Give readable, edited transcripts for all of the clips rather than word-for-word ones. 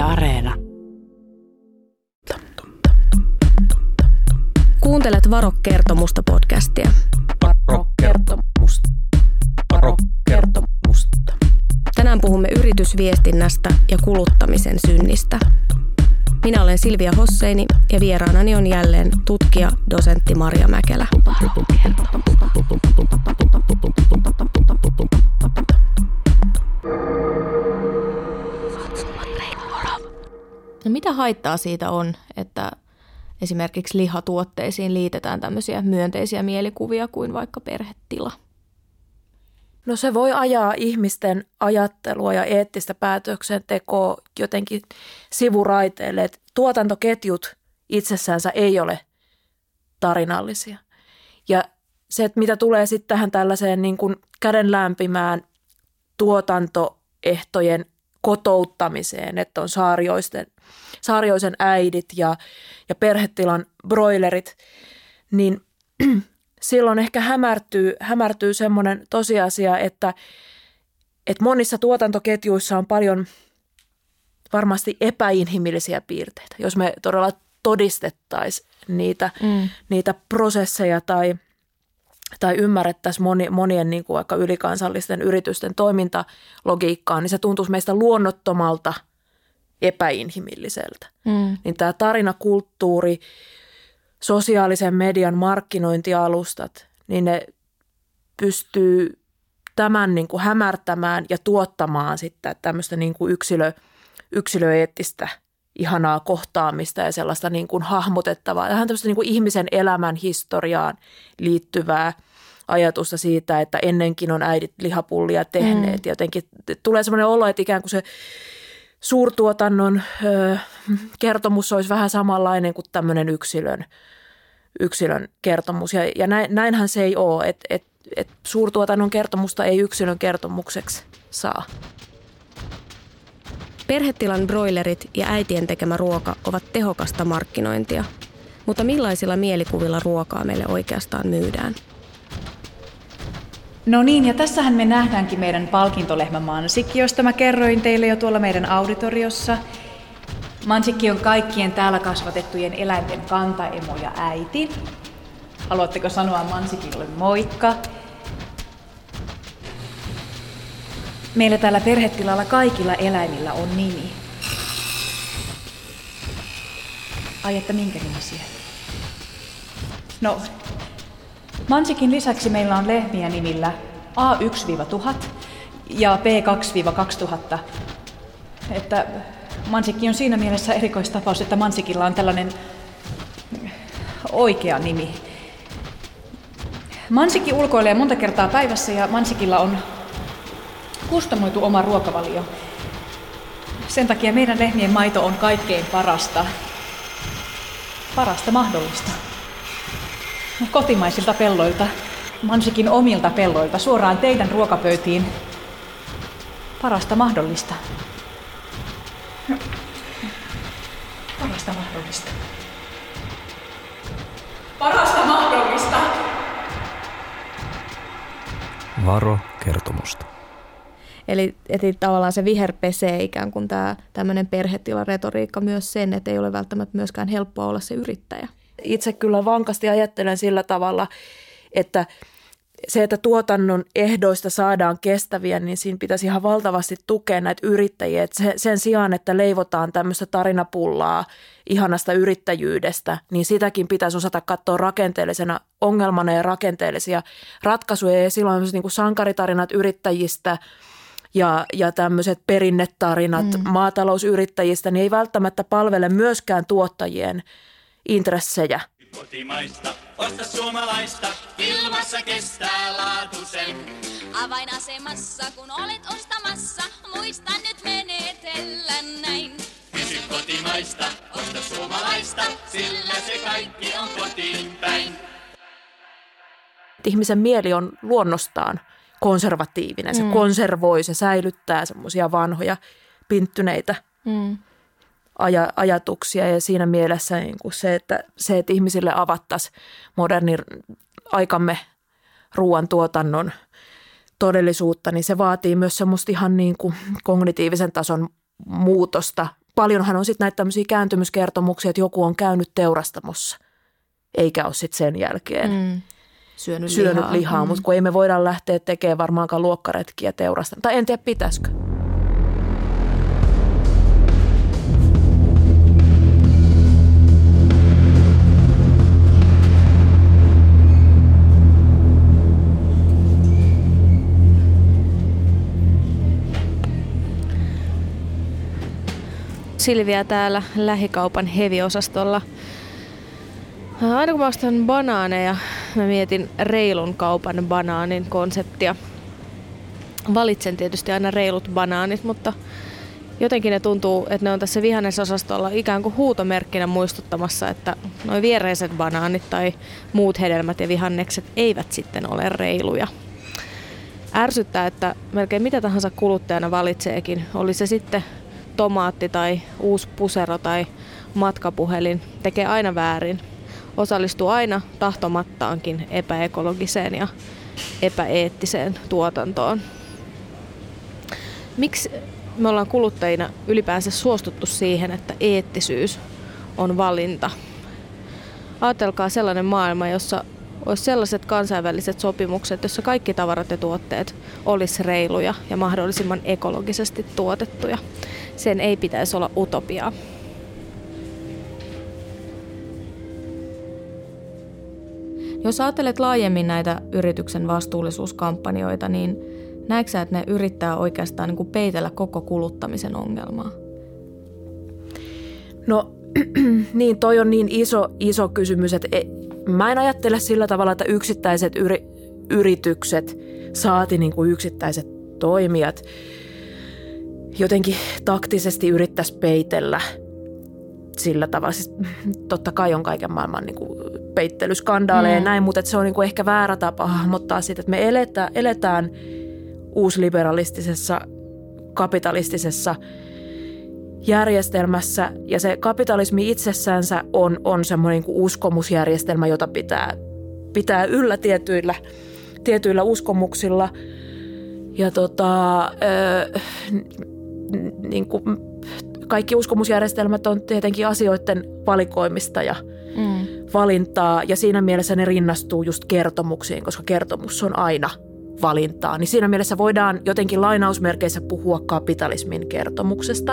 Areena. Kuuntelet Varo-kertomusta podcastia. Varo-kertomusta. Tänään puhumme yritysviestinnästä ja kuluttamisen synnistä. Minä olen Silvia Hosseini ja vieraanani on jälleen tutkija, dosentti Marja Mäkelä. No mitä haittaa siitä on, että esimerkiksi lihatuotteisiin liitetään tämmöisiä myönteisiä mielikuvia kuin vaikka perhetila? No se voi ajaa ihmisten ajattelua ja eettistä päätöksentekoa jotenkin sivuraiteille. Et tuotantoketjut itsessänsä ei ole tarinallisia. Ja se, että mitä tulee sitten tähän tällaiseen niin kuin kädenlämpimään tuotantoehtojen kotouttamiseen, että on saarioisen äidit ja perhetilan broilerit, niin silloin ehkä hämärtyy semmoinen tosiasia, että monissa tuotantoketjuissa on paljon varmasti epäinhimillisiä piirteitä. Jos me todella todistettaisiin niitä prosesseja tai ymmärrettäisiin monien niin kuin vaikka ylikansallisten yritysten toimintalogiikkaa, niin se tuntuisi meistä luonnottomalta epäinhimilliseltä. Niin tämä tarinakulttuuri, sosiaalisen median markkinointialustat, niin ne pystyy tämän niin kuin hämärtämään ja tuottamaan sitten tämmöistä niin kuin yksilöeettistä ihanaa kohtaamista ja sellaista niin kuin hahmotettavaa, vähän tämmöistä niin kuin ihmisen elämän historiaan liittyvää ajatusta siitä, että ennenkin on äidit lihapullia tehneet. Jotenkin tulee semmoinen olo, että ikään kuin se suurtuotannon kertomus olisi vähän samanlainen kuin tämmöinen yksilön kertomus. Ja näinhän se ei ole, että suurtuotannon kertomusta ei yksilön kertomukseksi saa. Perhetilan broilerit ja äitien tekemä ruoka ovat tehokasta markkinointia. Mutta millaisilla mielikuvilla ruokaa meille oikeastaan myydään? No niin, ja tässähän me nähdäänkin meidän palkintolehmä Mansikki, josta mä kerroin teille jo tuolla meidän auditoriossa. Mansikki on kaikkien täällä kasvatettujen eläinten kantaemo ja äiti. Haluatteko sanoa Mansikille moikka? Meillä täällä perhetilalla kaikilla eläimillä on nimi. Ai että minkä nimisiä? No, Mansikin lisäksi meillä on lehmiä nimillä A1-1000 ja B2-2000. Että Mansikki on siinä mielessä erikoistapaus, että Mansikilla on tällainen oikea nimi. Mansikki ulkoilee monta kertaa päivässä ja Mansikilla on kustomoitu oma ruokavalio. Sen takia meidän lehmien maito on kaikkein parasta mahdollista. Kotimaisilta pelloilta, Mansikin omilta pelloilta, suoraan teidän ruokapöytiin. Parasta mahdollista. Parasta mahdollista. Parasta mahdollista! Varo-kertomusta. Eli tavallaan se viherpesee ikään kuin tämä tämmöinen perhetilaretoriikka myös sen, että ei ole välttämättä myöskään helppoa olla se yrittäjä. Itse kyllä vankasti ajattelen sillä tavalla, että se, että tuotannon ehdoista saadaan kestäviä, niin siinä pitäisi ihan valtavasti tukea näitä yrittäjiä. Että sen sijaan, että leivotaan tämmöistä tarinapullaa ihanasta yrittäjyydestä, niin sitäkin pitäisi osata katsoa rakenteellisena ongelmana ja rakenteellisia ratkaisuja. Ja silloin niin kuin sankaritarinat yrittäjistä ja tämmöiset perinnetarinat maatalousyrittäjistä, niin ei välttämättä palvele myöskään tuottajien intressejä. Kotimaista, osta suomalaista, ilmassa kestää laatusen. Avainasemassa kun olet ostamassa, muista nyt menetellä näin. Kysy kotimaista, osta suomalaista, sillä se kaikki on kotiin päin. Ihmisen mieli on luonnostaan konservatiivinen, se konservoi, se säilyttää semmoisia vanhoja pinttyneitä ajatuksia ja siinä mielessä niin kuin se, että ihmisille avattaisiin modernin aikamme ruoantuotannon todellisuutta, niin se vaatii myös semmoista ihan niin kuin kognitiivisen tason muutosta paljonhan on sitten näitä tämmöisiä kääntymyskertomuksia, että joku on käynyt teurastamossa, eikä ole sitten sen jälkeen syönyt lihaa. Mutta kun ei me voida lähteä tekemään varmaankaan luokkaretkiä teurasta. Tai en tiedä, pitäisikö. Silviä täällä lähikaupan heviosastolla. Aina kun mä ostan banaaneja, mä mietin reilun kaupan banaanin konseptia. Valitsen tietysti aina reilut banaanit, mutta jotenkin ne tuntuu, että ne on tässä vihannesosastolla ikään kuin huutomerkkinä muistuttamassa, että nuo viereiset banaanit tai muut hedelmät ja vihannekset eivät sitten ole reiluja. Ärsyttää, että melkein mitä tahansa kuluttajana valitseekin, oli se sitten tomaatti tai uusi pusero tai matkapuhelin, tekee aina väärin. Osallistuu aina tahtomattaankin epäekologiseen ja epäeettiseen tuotantoon. Miksi me ollaan kuluttajina ylipäänsä suostuttu siihen, että eettisyys on valinta? Ajatelkaa sellainen maailma, jossa olisi sellaiset kansainväliset sopimukset, jossa kaikki tavarat ja tuotteet olisi reiluja ja mahdollisimman ekologisesti tuotettuja. Sen ei pitäisi olla utopiaa. Jos ajattelet laajemmin näitä yrityksen vastuullisuuskampanjoita, niin näetkö sä, että ne yrittää oikeastaan niin kuin peitellä koko kuluttamisen ongelmaa? No niin, toi on niin iso kysymys, että mä en ajattele sillä tavalla, että yksittäiset yritykset saati niin kuin yksittäiset toimijat jotenkin taktisesti yrittäisi peitellä sillä tavalla. Siis totta kai on kaiken maailman niin kuin peittelyskandaaleja ja näin, mutta se on niin kuin ehkä väärä tapa hahmottaa sitä, että me eletään uusliberalistisessa, kapitalistisessa järjestelmässä ja se kapitalismi itsessänsä on semmoinen niin kuin uskomusjärjestelmä, jota pitää yllä tietyillä uskomuksilla ja niin kuin kaikki uskomusjärjestelmät on tietenkin asioiden valikoimista ja valintaa ja siinä mielessä ne rinnastuu just kertomuksiin, koska kertomus on aina valintaa. Niin siinä mielessä voidaan jotenkin lainausmerkeissä puhua kapitalismin kertomuksesta.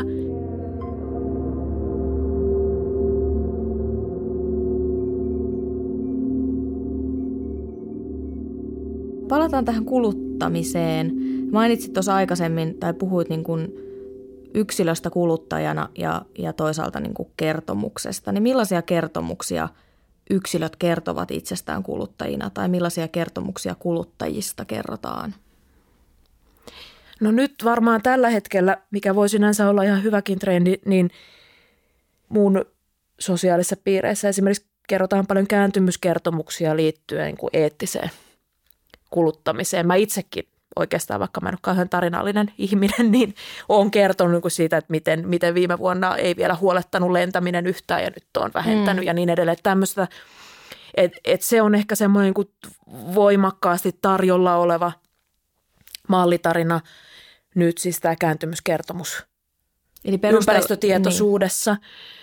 Palataan tähän kuluttamiseen. Mainitsit tuossa aikaisemmin tai puhuit niin kuin yksilöstä kuluttajana ja toisaalta niin kuin kertomuksesta. Niin millaisia kertomuksia yksilöt kertovat itsestään kuluttajina tai millaisia kertomuksia kuluttajista kerrotaan? No nyt varmaan tällä hetkellä, mikä voi sinänsä olla ihan hyväkin trendi, niin mun sosiaalisissa piireissä esimerkiksi kerrotaan paljon kääntymyskertomuksia liittyen niin kuin eettiseen kuluttamiseen. Mä itsekin oikeastaan, vaikka mä en ole kauhean tarinallinen ihminen, niin olen kertonut siitä, että miten viime vuonna ei vielä huolettanut lentäminen yhtään ja nyt on vähentänyt ja niin edelleen. Tämmöistä, että se on ehkä semmoinen niin voimakkaasti tarjolla oleva mallitarina nyt siis tämä kääntymyskertomus eli ympäristötietoisuudessa.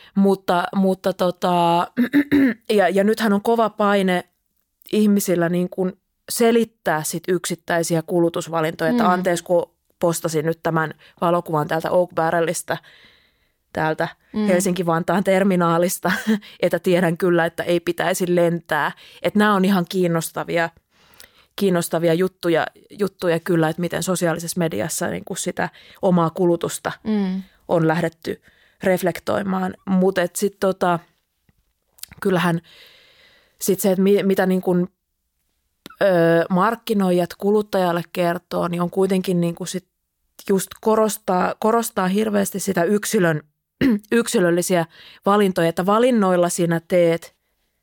Niin. Ja nythän on kova paine ihmisillä niin kuin selittää sit yksittäisiä kulutusvalintoja. Että anteeksi, kun postasin nyt tämän valokuvan täältä Oak Barrelista, täältä Helsinki-Vantaan terminaalista, että tiedän kyllä, että ei pitäisi lentää. Että nämä on ihan kiinnostavia juttuja kyllä, että miten sosiaalisessa mediassa niin kuin sitä omaa kulutusta on lähdetty reflektoimaan. Mutta sitten kyllähän sit se, että mitä niin kuin markkinoijat kuluttajalle kertoo, niin on kuitenkin niin kuin sit just korostaa hirveästi sitä yksilöllisiä valintoja, että valinnoilla sinä teet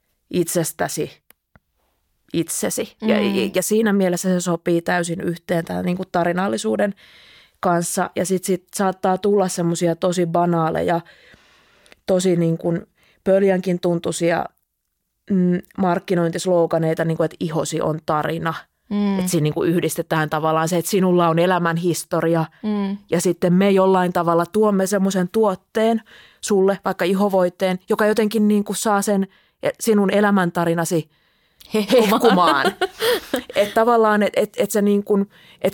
itsesi. Ja siinä mielessä se sopii täysin yhteen tämän niin kuin tarinallisuuden kanssa. Ja sitten saattaa tulla semmoisia tosi banaaleja, tosi niin kuin pöljänkin tuntuisia markkinointisloganeita, niin kuin, että ihosi on tarina Että siinä niin kuin yhdistetään tavallaan se, että sinulla on elämän historia ja sitten me jollain tavalla tuomme semmoisen tuotteen sulle, vaikka ihovoiteen, joka jotenkin niin kuin saa sen sinun elämäntarinasi hehkumaan. Että tavallaan, että se niin kuin,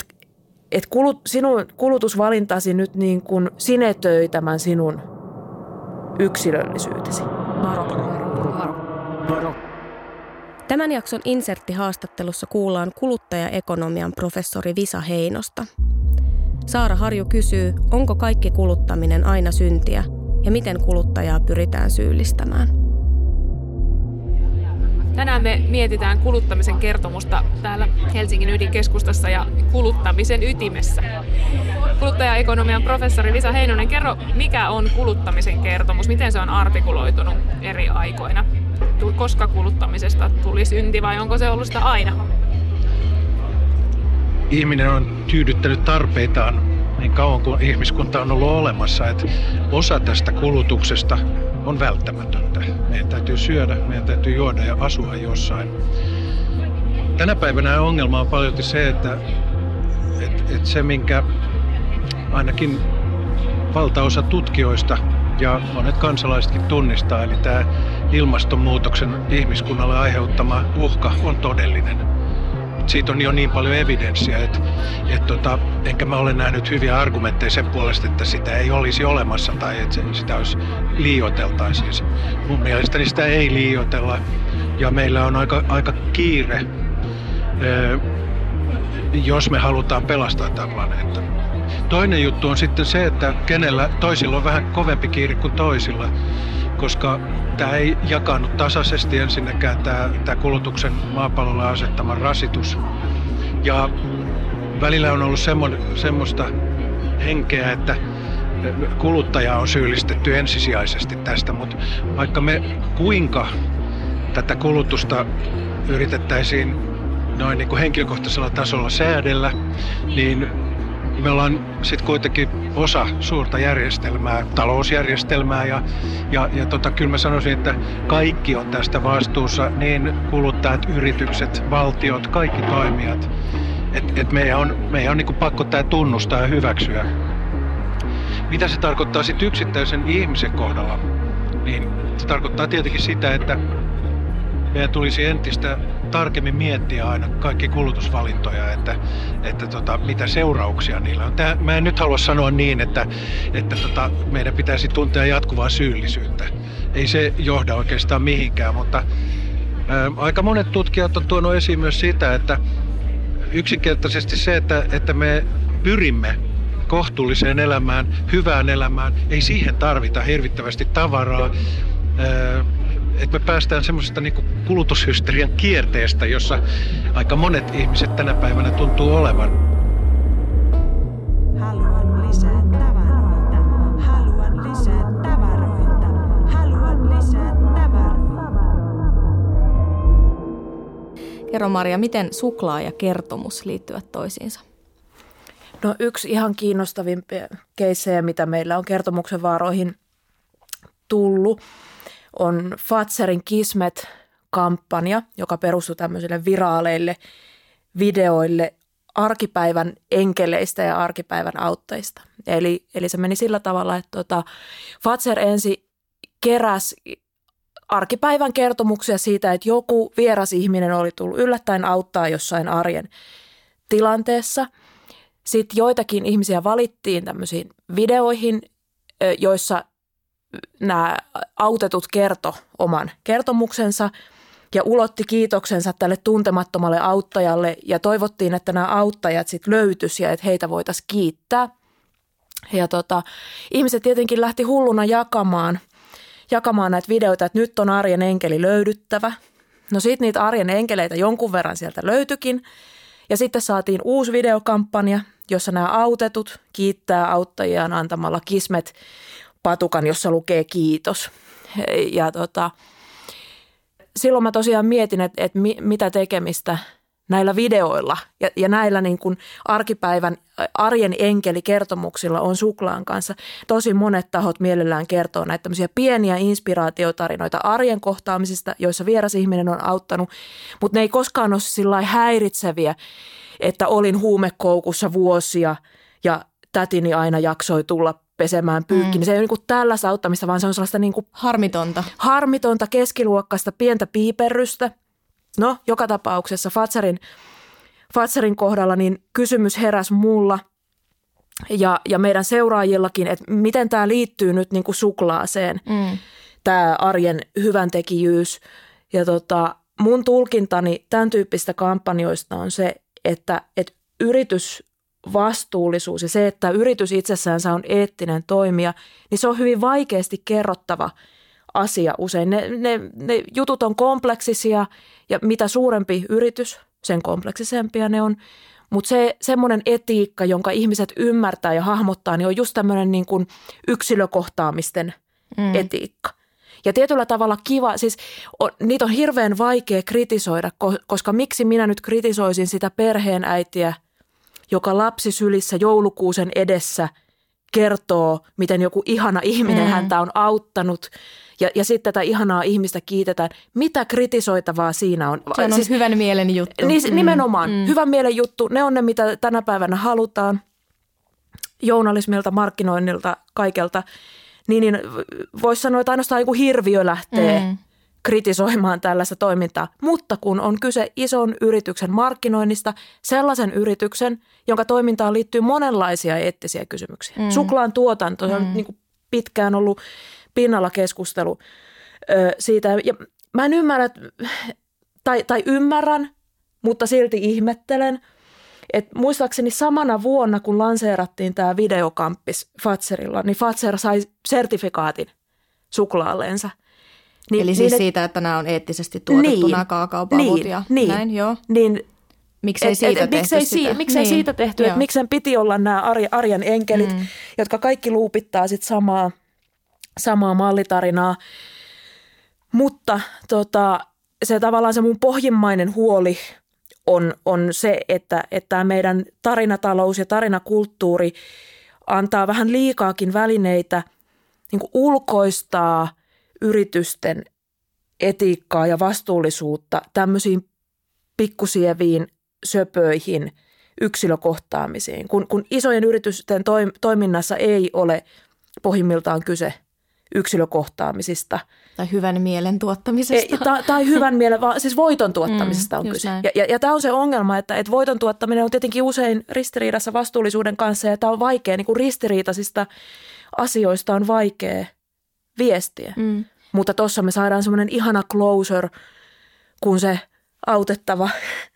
sinun kulutusvalintasi nyt niin kuin sinetöi tämän sinun yksilöllisyytesi. Tämän jakson inserttihaastattelussa kuullaan kuluttajaekonomian professori Visa Heinosta. Saara Harju kysyy, onko kaikki kuluttaminen aina syntiä ja miten kuluttajaa pyritään syyllistämään. Tänään me mietitään kuluttamisen kertomusta täällä Helsingin ydinkeskustassa ja kuluttamisen ytimessä. Kuluttajaekonomian professori Visa Heinonen, kerro, mikä on kuluttamisen kertomus? Miten se on artikuloitunut eri aikoina? Koska kuluttamisesta tuli synti vai onko se ollut sitä aina? Ihminen on tyydyttänyt tarpeitaan niin kauan kuin ihmiskunta on ollut olemassa, että osa tästä kulutuksesta on välttämätöntä. Meidän täytyy syödä, meidän täytyy juoda ja asua jossain. Tänä päivänä ongelma on paljolti se, että se minkä ainakin valtaosa tutkijoista ja monet kansalaisetkin tunnistaa, eli tämä ilmastonmuutoksen ihmiskunnalle aiheuttama uhka on todellinen. Siitä on jo niin paljon evidenssiä, että enkä mä ole nähnyt hyviä argumentteja sen puolesta, että sitä ei olisi olemassa tai että sitä olisi liioiteltaisiin. Mun mielestäni sitä ei liioitella ja meillä on aika kiire, jos me halutaan pelastaa tämä planeetta. Toinen juttu on sitten se, että kenellä toisilla on vähän kovempi kiire kuin toisilla, koska tämä ei jakaannu tasaisesti ensinnäkään tämä kulutuksen maapallolle asettama rasitus. Ja välillä on ollut semmoista henkeä, että kuluttaja on syyllistetty ensisijaisesti tästä, mutta vaikka me kuinka tätä kulutusta yritettäisiin noin niin kuin henkilökohtaisella tasolla säädellä, niin me ollaan sitten kuitenkin osa suurta järjestelmää, talousjärjestelmää ja kyllä mä sanoisin, että kaikki on tästä vastuussa, niin kuluttajat, yritykset, valtiot, kaikki toimijat. Et meidän on niin kuin pakko tämä tunnustaa ja hyväksyä. Mitä se tarkoittaa sitten yksittäisen ihmisen kohdalla? Niin se tarkoittaa tietenkin sitä, että meidän tulisi entistä tarkemmin miettiä aina kaikki kulutusvalintoja, että mitä seurauksia niillä on. Mä en nyt halua sanoa niin, että meidän pitäisi tuntea jatkuvaa syyllisyyttä. Ei se johda oikeastaan mihinkään, mutta aika monet tutkijat on tuonut esiin myös sitä, että yksinkertaisesti se, että me pyrimme kohtuulliseen elämään, hyvään elämään, ei siihen tarvita hirvittävästi tavaraa. Että me päästään semmoisesta niin kuin kulutushysterian kierteestä, jossa aika monet ihmiset tänä päivänä tuntuu olevan. Haluan lisää tavaroita. Haluan lisää tavaroita. Haluan lisää tavaroita. Kerro Maria, miten suklaa ja kertomus liittyvät toisiinsa? No yksi ihan kiinnostavimpia keissejä, mitä meillä on kertomuksen vaaroihin tullut, on Fazerin Kismet-kampanja, joka perustui tämmöisille viraaleille videoille arkipäivän enkeleistä ja arkipäivän auttajista. Eli se meni sillä tavalla, että Fazer ensin keräsi arkipäivän kertomuksia siitä, että joku vieras ihminen oli tullut yllättäen auttaa jossain arjen tilanteessa. Sitten joitakin ihmisiä valittiin tämmöisiin videoihin, joissa nämä autetut kertoi oman kertomuksensa ja ulotti kiitoksensa tälle tuntemattomalle auttajalle ja toivottiin, että nämä auttajat sitten löytyisi ja että heitä voitaisiin kiittää. Ja ihmiset tietenkin lähti hulluna jakamaan näitä videoita, että nyt on arjen enkeli löydyttävä. No sitten niitä arjen enkeleitä jonkun verran sieltä löytyikin ja sitten saatiin uusi videokampanja, jossa nämä autetut kiittää auttajiaan antamalla Kismet-patukan, jossa lukee kiitos. Ja silloin mä tosiaan mietin, että mitä tekemistä näillä videoilla ja näillä niin kuin arkipäivän arjen enkelikertomuksilla on suklaan kanssa. Tosi monet tahot mielellään kertoo näitä tämmöisiä pieniä inspiraatiotarinoita arjen kohtaamisista, joissa vieras ihminen on auttanut, mutta ne ei koskaan ole sillai häiritseviä, että olin huumekoukussa vuosia ja tätini aina jaksoi tulla pesemään pyykki. Niin se ei ole niin kuin tällaista auttamista, vaan se on sellaista niin kuin harmitonta, keskiluokkaista, pientä piiperrystä. No, joka tapauksessa Fatsarin kohdalla niin kysymys heräsi mulla ja meidän seuraajillakin, että miten tämä liittyy nyt niin kuin suklaaseen, tämä arjen hyväntekijyys. Ja mun tulkintani tämän tyyppistä kampanjoista on se, että yritysvastuullisuus ja se, että yritys itsessään on eettinen toimija, niin se on hyvin vaikeasti kerrottava asia usein. Ne jutut on kompleksisia ja mitä suurempi yritys, sen kompleksisempia ne on. Mutta se semmoinen etiikka, jonka ihmiset ymmärtää ja hahmottaa, niin on just tämmöinen niin kuin yksilökohtaamisten etiikka. Ja tietyllä tavalla kiva, siis niitä on hirveän vaikea kritisoida, koska miksi minä nyt kritisoisin sitä perheenäitiä, joka lapsisylissä joulukuusen edessä kertoo, miten joku ihana ihminen häntä on auttanut ja sitten tätä ihanaa ihmistä kiitetään. Mitä kritisoitavaa siinä on? Se on siis hyvän mielen juttu. Niin, nimenomaan. Hyvän mielen juttu. Ne on ne, mitä tänä päivänä halutaan journalismilta, markkinoinnilta, kaikelta. Niin voisi sanoa, että ainoastaan joku hirviö lähtee kritisoimaan tällaista toimintaa. Mutta kun on kyse ison yrityksen markkinoinnista, sellaisen yrityksen, jonka toimintaan liittyy monenlaisia eettisiä kysymyksiä. Suklaan tuotanto on niin kuin pitkään ollut pinnalla keskustelu siitä. Ja mä en ymmärrä, tai ymmärrän, mutta silti ihmettelen, että muistaakseni samana vuonna, kun lanseerattiin tämä videokamppis Fatzerilla, niin Fatzer sai sertifikaatin suklaalleensa. Eli siis siitä, että nämä on eettisesti tuotettu, nämä kaakaopavut ja näin, joo. Miksei siitä tehty sitä? Miksei siitä tehty, että miksen piti olla nämä arjen enkelit, jotka kaikki luupittaa sitten samaa mallitarinaa. Mutta se tavallaan se mun pohjimmainen huoli on se, että meidän tarinatalous ja tarinakulttuuri antaa vähän liikaakin välineitä niin kuin ulkoistaa yritysten etiikkaa ja vastuullisuutta tämmöisiin pikkusieviin söpöihin yksilökohtaamisiin, kun isojen yritysten toiminnassa ei ole pohjimmiltaan kyse yksilökohtaamisista. Tai hyvän mielen tuottamisesta. Tai hyvän mielen, siis voiton tuottamisesta on kyse. Ja tämä on se ongelma, että voiton tuottaminen on tietenkin usein ristiriidassa vastuullisuuden kanssa ja tämä on vaikea, niin kuin ristiriitaisista asioista on vaikea viestiä. Mutta tuossa me saadaan semmoinen ihana closer, kun se autettava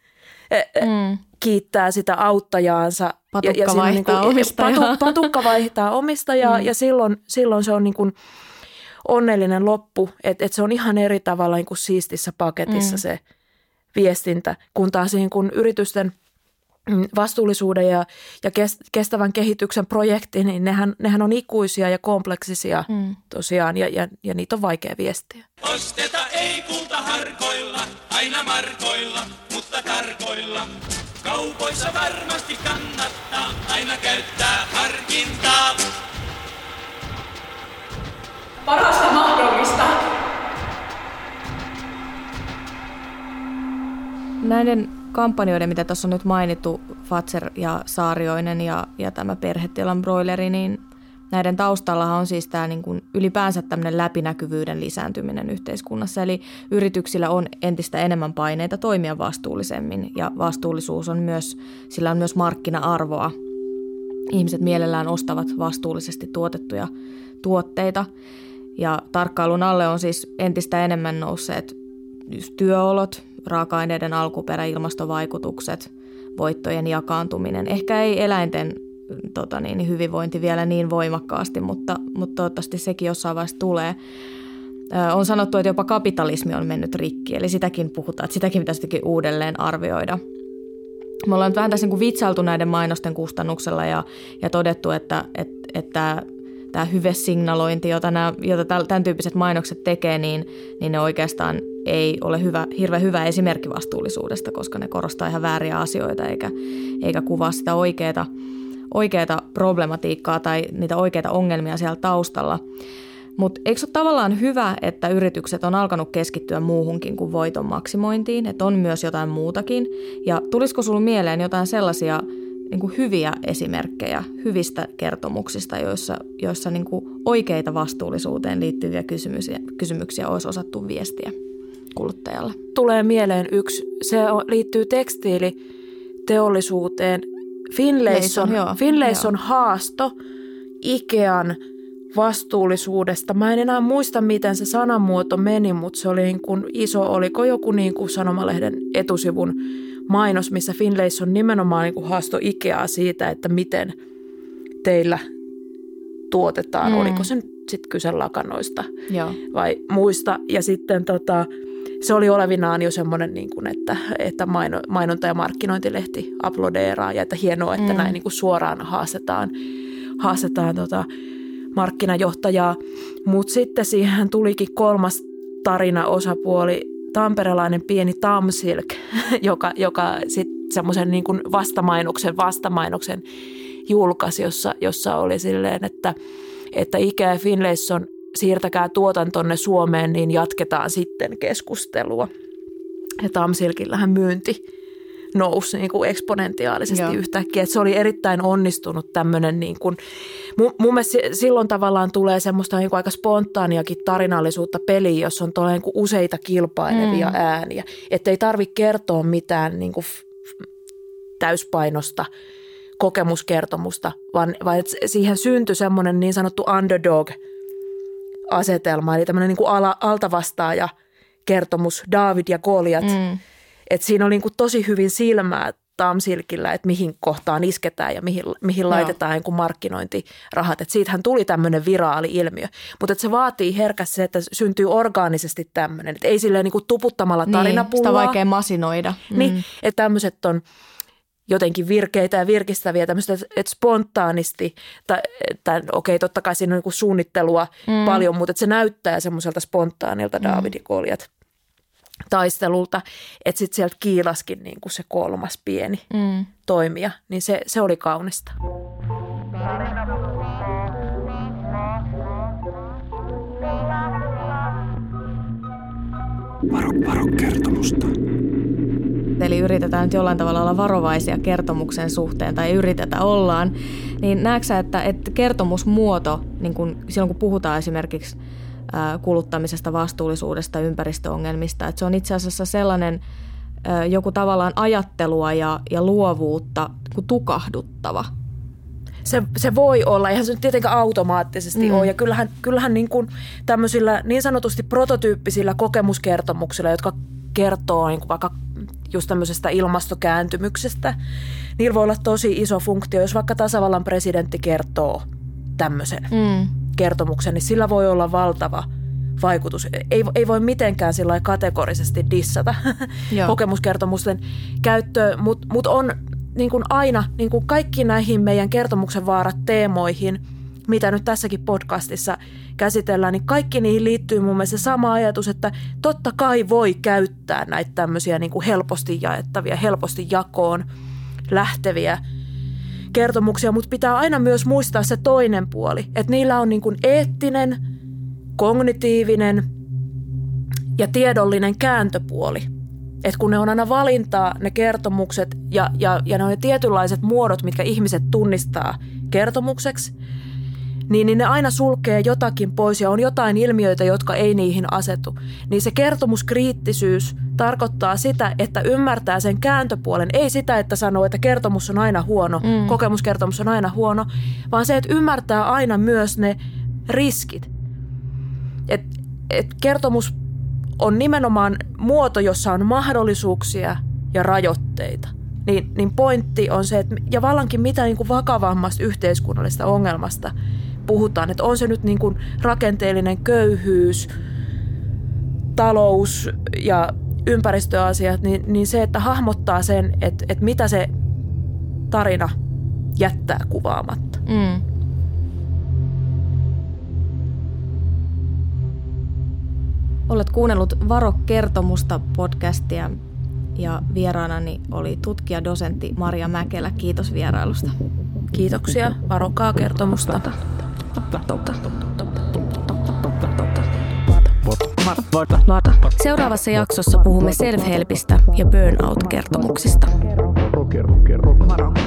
kiittää sitä auttajaansa. Patukka vaihtaa omistajaa. Patukka vaihtaa omistajaa ja silloin se on niin kuin onnellinen loppu, että se on ihan eri tavalla niin kuin siistissä paketissa se viestintä, kun taas niin kuin yritysten vastuullisuuden ja kestävän kehityksen projekti, niin nehän on ikuisia ja kompleksisia tosiaan ja niitä on vaikea viestiä. Osteta ei kultaharkoilla, aina markoilla, mutta tarkoilla. Kaupoissa varmasti kannattaa aina käyttää harkintaa. Parasta mahdollista. Näiden kampanjoiden, mitä tuossa on nyt mainittu, Fatzer ja Saarioinen ja tämä perhetilan broileri, niin näiden taustallahan on siis tämä niin kuin ylipäänsä tämmöinen läpinäkyvyyden lisääntyminen yhteiskunnassa. Eli yrityksillä on entistä enemmän paineita toimia vastuullisemmin ja vastuullisuus on myös, sillä on myös markkina-arvoa. Ihmiset mielellään ostavat vastuullisesti tuotettuja tuotteita ja tarkkailun alle on siis entistä enemmän nousseet työolot, raaka-aineiden alkuperä, ilmastovaikutukset, voittojen jakaantuminen. Ehkä ei eläinten hyvinvointi vielä niin voimakkaasti, mutta toivottavasti sekin jossain vaiheessa tulee. On sanottu, että jopa kapitalismi on mennyt rikki, eli sitäkin puhutaan, että sitäkin pitäisi jotenkin uudelleen arvioida. Me ollaan nyt vähän tässä niin kuin vitsailtu näiden mainosten kustannuksella ja todettu, että tämä hyvesignalointi, jota tämän tyyppiset mainokset tekee, niin ne oikeastaan ei ole hirveän hyvä esimerkki vastuullisuudesta, koska ne korostaa ihan vääriä asioita eikä kuvaa sitä oikeaa problematiikkaa tai niitä oikeita ongelmia siellä taustalla. Mutta eikö se ole tavallaan hyvä, että yritykset on alkanut keskittyä muuhunkin kuin voiton maksimointiin, että on myös jotain muutakin? Ja tulisiko sinulle mieleen jotain sellaisia niin kuin hyviä esimerkkejä hyvistä kertomuksista, joissa niin kuin oikeita vastuullisuuteen liittyviä kysymyksiä olisi osattu viestiä kuluttajalle? Tulee mieleen yksi, se liittyy tekstiiliteollisuuteen. Finlayson haasto Ikean vastuullisuudesta. Mä en enää muista, miten se sanamuoto meni, mutta se oli niin kuin iso, oliko joku niin kuin Sanomalehden etusivun mainos, missä Finlayson nimenomaan niin kuin haastoi Ikeaa siitä, että miten teillä tuotetaan. Oliko se sitten kyse lakanoista vai muista. Ja sitten se oli olevinaan jo semmoinen, niin kuin, että mainonta- ja markkinointilehti aplodeeraa ja että hienoa, että näin niin kuin suoraan haastetaan markkinajohtajaa. Mutta sitten siihen tulikin kolmas tarinaosapuoli, tamperelainen pieni Tamsilk, joka sitten semmoisen niin kuin vastamainoksen julkaisi, jossa oli silleen, että Ikea ja Finlayson siirtäkää tuotantonne Suomeen, niin jatketaan sitten keskustelua. Ja Tamsilkillähän myynti nousi niin kuin eksponentiaalisesti yhtäkkiä. Että se oli erittäin onnistunut tämmöinen, niin kuin, mun mielestä silloin tavallaan tulee semmoista niin kuin aika spontaaniakin tarinallisuutta peliin, jossa on niin kuin useita kilpailevia ääniä. Että ei tarvitse kertoa mitään niin kuin täyspainosta kokemuskertomusta, vaan että siihen syntyi semmoinen niin sanottu underdog-asetelma, eli tämmöinen niin kuin altavastaaja kertomus, David ja Goliat. Että siinä oli niin kuin tosi hyvin silmää Tamsilkillä, että mihin kohtaan isketään ja mihin laitetaan niin kuin markkinointirahat. Että siitähän tuli tämmöinen viraali-ilmiö. Mutta se vaatii herkästi se, että syntyy orgaanisesti tämmöinen. Että ei silleen niin kuin tuputtamalla tarinapullaa. Sitä on vaikea masinoida. Niin, että tämmöiset on jotenkin virkeitä ja virkistäviä, tämmöistä, että spontaanisti, tai okei, totta kai siinä on niin kuin suunnittelua paljon, mutta että se näyttää semmoiselta spontaanilta David ja Goliat taistelulta, että sitten sieltä kiilaskin niin kuin se kolmas pieni toimija, niin se oli kaunista. Varo kertomusta. Eli yritetään nyt jollain tavalla olla varovaisia kertomuksen suhteen, tai ollaan, niin näetkö sä, että kertomusmuoto, niin kun, silloin kun puhutaan esimerkiksi kuluttamisesta, vastuullisuudesta, ympäristöongelmista, että se on itse asiassa sellainen joku tavallaan ajattelua ja luovuutta tukahduttava? Se voi olla, eihän se nyt tietenkään automaattisesti ole. Ja kyllähän niin kuin tämmöisillä niin sanotusti prototyyppisillä kokemuskertomuksilla, jotka kertoo niin kuin vaikka just tämmöisestä ilmastokääntymyksestä, niillä voi olla tosi iso funktio. Jos vaikka tasavallan presidentti kertoo tämmöisen kertomuksen, niin sillä voi olla valtava vaikutus. Ei voi mitenkään sillä kategorisesti dissata kokemuskertomusten käyttöä, mutta on niin kuin aina niin kuin kaikki näihin meidän kertomuksen vaarat teemoihin, mitä nyt tässäkin podcastissa käsitellään, niin kaikki niihin liittyy mun mielestä se sama ajatus, että totta kai voi käyttää näitä tämmöisiä niin kuin helposti jaettavia, helposti jakoon lähteviä kertomuksia, mutta pitää aina myös muistaa se toinen puoli, että niillä on niin kuin eettinen, kognitiivinen ja tiedollinen kääntöpuoli. Että kun ne on aina valintaa, ne kertomukset ja ne on ne tietynlaiset muodot, mitkä ihmiset tunnistaa kertomukseksi, niin ne aina sulkee jotakin pois ja on jotain ilmiöitä, jotka ei niihin asetu. Niin se kertomuskriittisyys tarkoittaa sitä, että ymmärtää sen kääntöpuolen. Ei sitä, että sanoo, että kertomus on aina huono, kokemuskertomus on aina huono, vaan se, että ymmärtää aina myös ne riskit. Et kertomus on nimenomaan muoto, jossa on mahdollisuuksia ja rajoitteita. Niin pointti on se, että ja vallankin mitä niin kuin vakavammasta yhteiskunnallisesta ongelmasta puhutaan, että on se nyt niin kuin rakenteellinen köyhyys, talous ja ympäristöasiat, niin se, että hahmottaa sen, että mitä se tarina jättää kuvaamatta. Olet kuunnellut Varo kertomusta podcastia ja vieraanani oli tutkija-dosentti Maria Mäkelä. Kiitos vierailusta. Kiitoksia. Varokaa kertomusta. Seuraavassa jaksossa puhumme self-helpistä ja burnout-kertomuksista. Varo.